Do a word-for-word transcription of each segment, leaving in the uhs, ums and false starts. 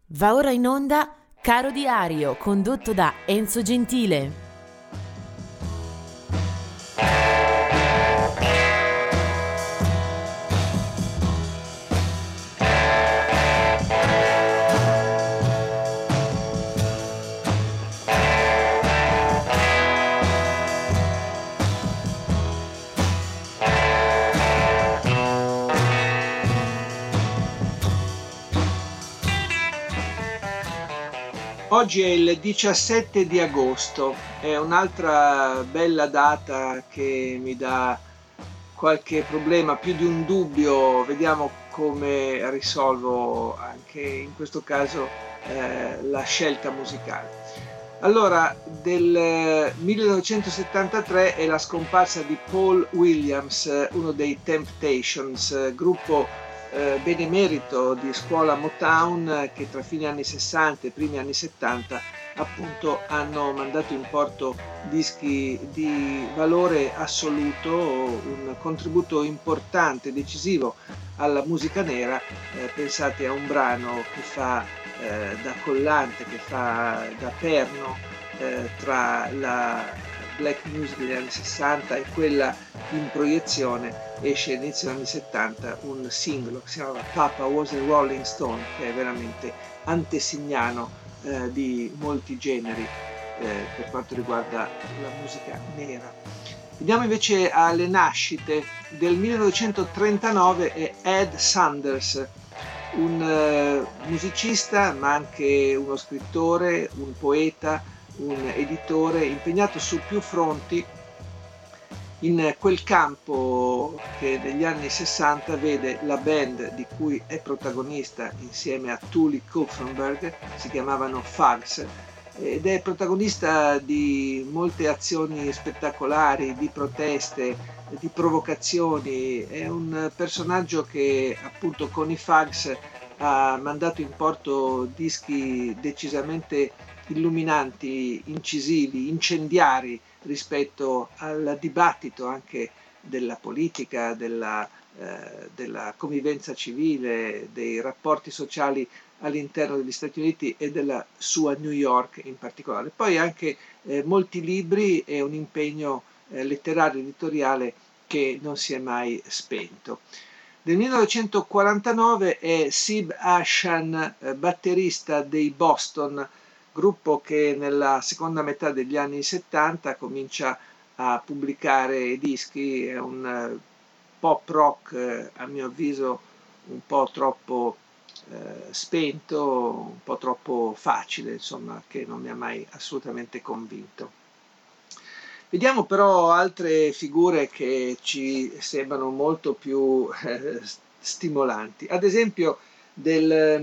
Va ora in onda Caro Diario, condotto da Enzo Gentile. Oggi è il diciassette di agosto, è un'altra bella data che mi dà qualche problema, più di un dubbio, vediamo come risolvo anche in questo caso eh, la scelta musicale. Allora, del millenovecentosettantatré è la scomparsa di Paul Williams, uno dei Temptations, gruppo eh, benemerito di scuola Motown che tra fine anni sessanta e primi anni settanta appunto hanno mandato in porto dischi di valore assoluto, un contributo importante, decisivo alla musica nera. Eh, pensate a un brano che fa eh, da collante, che fa da perno eh, tra la black music degli anni sessanta e quella in proiezione. Esce all'inizio degli anni settanta un singolo che si chiama Papa Was a Rolling Stone, che è veramente antesignano eh, di molti generi eh, per quanto riguarda la musica nera. Veniamo invece alle nascite. Del millenovecentotrentanove è Ed Sanders, un uh, musicista ma anche uno scrittore, un poeta, un editore impegnato su più fronti in quel campo che negli anni sessanta vede la band di cui è protagonista insieme a Tully Kupfenberg, si chiamavano Fugs, ed è protagonista di molte azioni spettacolari, di proteste, di provocazioni. È un personaggio che appunto con i Fugs ha mandato in porto dischi decisamente illuminanti, incisivi, incendiari rispetto al dibattito anche della politica, della, eh, della convivenza civile, dei rapporti sociali all'interno degli Stati Uniti e della sua New York in particolare. Poi anche eh, molti libri e un impegno eh, letterario editoriale che non si è mai spento. Del millenovecentoquarantanove è Sib Ashan, eh, batterista dei Boston, gruppo che nella seconda metà degli anni settanta comincia a pubblicare dischi. È un eh, pop rock eh, a mio avviso un po' troppo eh, spento, un po' troppo facile, insomma, che non mi ha mai assolutamente convinto. Vediamo però altre figure che ci sembrano molto più eh, stimolanti. Ad esempio del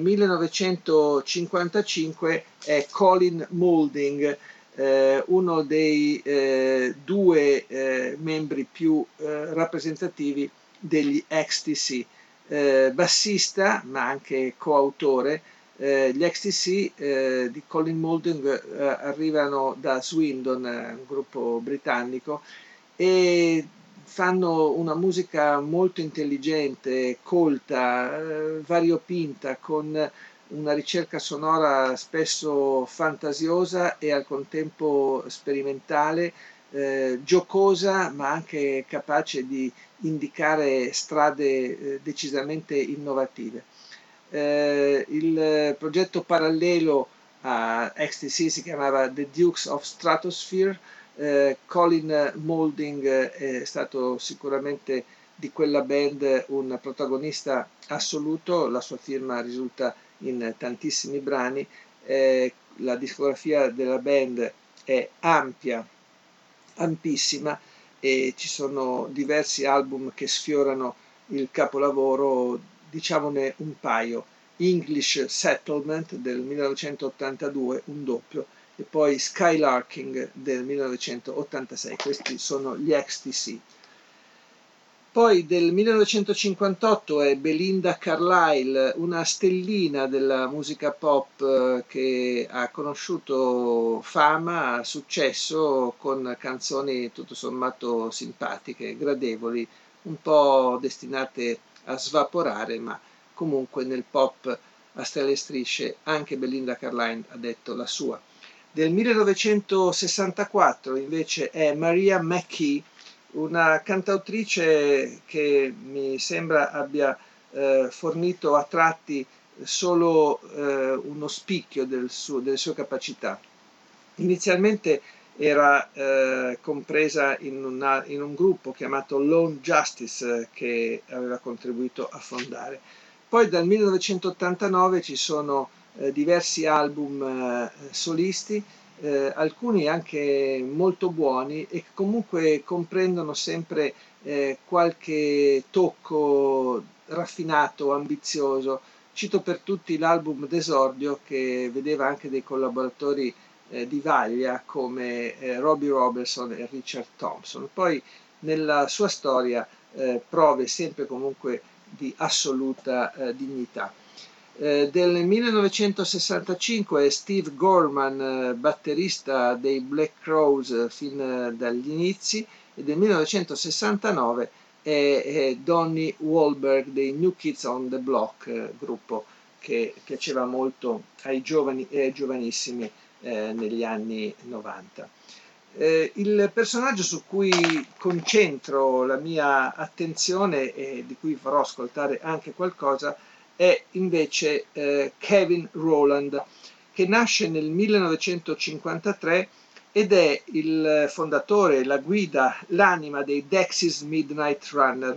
millenovecentocinquantacinque è Colin Moulding, eh, uno dei eh, due eh, membri più eh, rappresentativi degli X T C, eh, bassista ma anche coautore. Eh, gli X T C eh, di Colin Moulding eh, arrivano da Swindon, eh, un gruppo britannico, e fanno una musica molto intelligente, colta, eh, variopinta, con una ricerca sonora spesso fantasiosa e al contempo sperimentale, eh, giocosa ma anche capace di indicare strade eh, decisamente innovative. Eh, il progetto parallelo a X T C si chiamava The Dukes of Stratosphere. eh, Colin Moulding è stato sicuramente di quella band un protagonista assoluto, la sua firma risulta in tantissimi brani. Eh, la discografia della band è ampia, ampissima, e ci sono diversi album che sfiorano il capolavoro. Diciamone un paio: English Settlement del millenovecentottantadue, un doppio, e poi Skylarking del millenovecentottantasei. Questi sono gli X T C. Poi del millenovecentocinquantotto è Belinda Carlisle, una stellina della musica pop eh, che ha conosciuto fama, successo con canzoni tutto sommato simpatiche, gradevoli, un po' destinate a svaporare, ma comunque nel pop a stelle e strisce, anche Belinda Carlisle ha detto la sua. Del millenovecentosessantaquattro invece è Maria McKee, una cantautrice che mi sembra abbia eh, fornito a tratti solo eh, uno spicchio del suo, delle sue capacità. Inizialmente era eh, compresa in, una, in un gruppo chiamato Lone Justice eh, che aveva contribuito a fondare. Poi dal millenovecentottantanove ci sono eh, diversi album eh, solisti, eh, alcuni anche molto buoni e che comunque comprendono sempre eh, qualche tocco raffinato, ambizioso. Cito per tutti l'album d'esordio che vedeva anche dei collaboratori eh, di vaglia come eh, Robbie Robertson e Richard Thompson. Poi nella sua storia eh, prove sempre comunque di assoluta eh, dignità. Eh, del millenovecentosessantacinque è Steve Gorman, eh, batterista dei Black Crowes eh, fin eh, dagli inizi, e del millenovecentosessantanove è, è Donnie Wahlberg dei New Kids on the Block, eh, gruppo che piaceva molto ai giovani e ai giovanissimi eh, negli anni novanta. Eh, il personaggio su cui concentro la mia attenzione e di cui farò ascoltare anche qualcosa è invece eh, Kevin Rowland, che nasce nel millenovecentocinquantatré ed è il fondatore, la guida, l'anima dei Dexys Midnight Runner,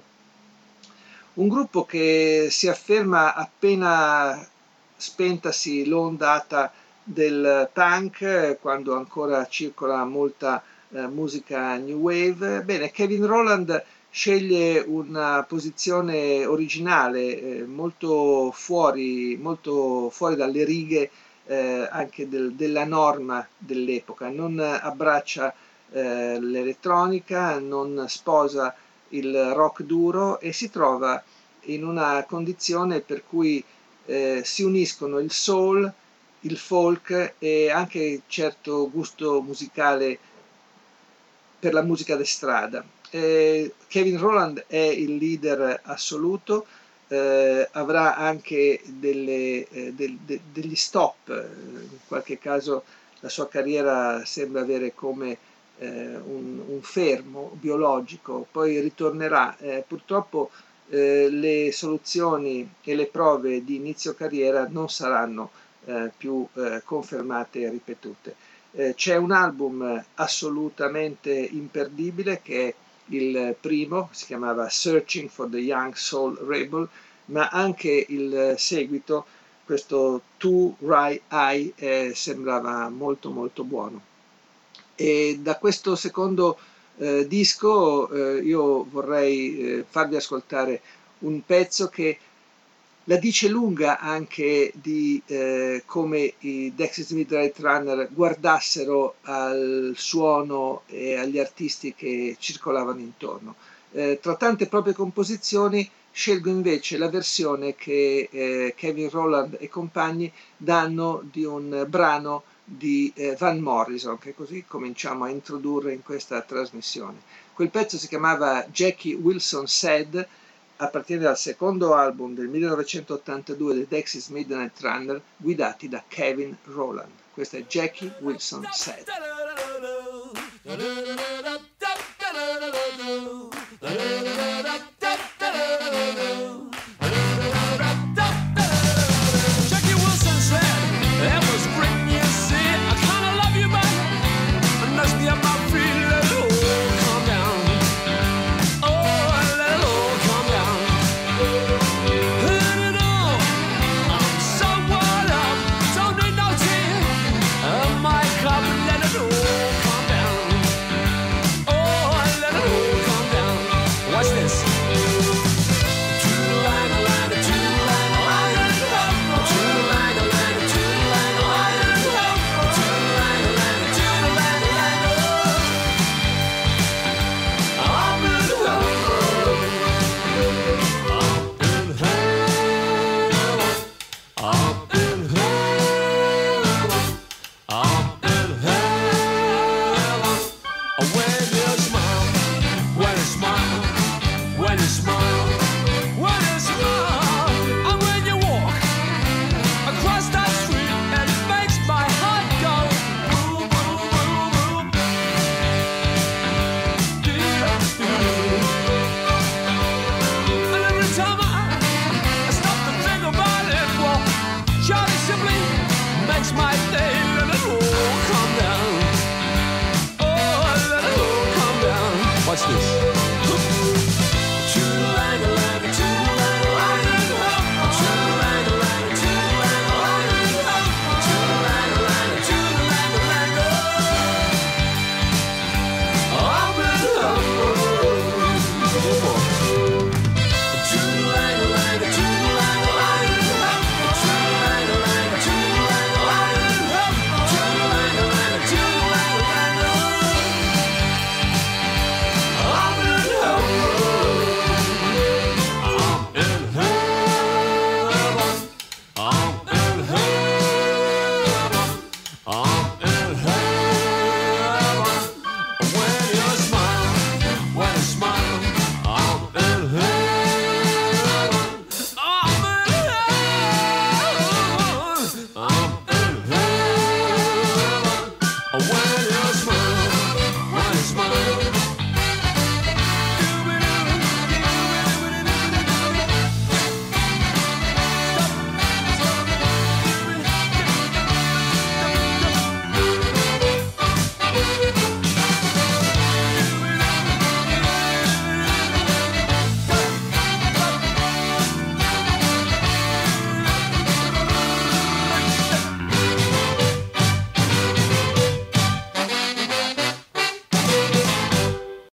un gruppo che si afferma appena spentasi l'ondata del punk, quando ancora circola molta eh, musica new wave. Bene, Kevin Rowland sceglie una posizione originale, eh, molto fuori, molto fuori dalle righe eh, anche del, della norma dell'epoca. Non abbraccia eh, l'elettronica, non sposa il rock duro e si trova in una condizione per cui eh, si uniscono il soul, il folk e anche certo gusto musicale per la musica da strada. Eh, Kevin Rowland è il leader assoluto, eh, avrà anche delle, eh, del, de, degli stop, in qualche caso la sua carriera sembra avere come eh, un, un fermo biologico, poi ritornerà. Eh, purtroppo eh, le soluzioni e le prove di inizio carriera non saranno eh, più eh, confermate e ripetute. Eh, c'è un album assolutamente imperdibile che è il primo, si chiamava Searching for the Young Soul Rebel, ma anche il seguito, questo To Right Eye, eh, sembrava molto molto buono. E da questo secondo eh, disco eh, io vorrei eh, farvi ascoltare un pezzo che la dice lunga anche di eh, come i Dexys Midnight Runner guardassero al suono e agli artisti che circolavano intorno. Eh, tra tante proprie composizioni scelgo invece la versione che eh, Kevin Rowland e compagni danno di un brano di eh, Van Morrison, che così cominciamo a introdurre in questa trasmissione. Quel pezzo si chiamava Jackie Wilson Said, appartiene dal secondo album del millenovecentottantadue dei Dexys Midnight Runner, guidati da Kevin Rowland. Questa è Jackie Wilson Said. lose my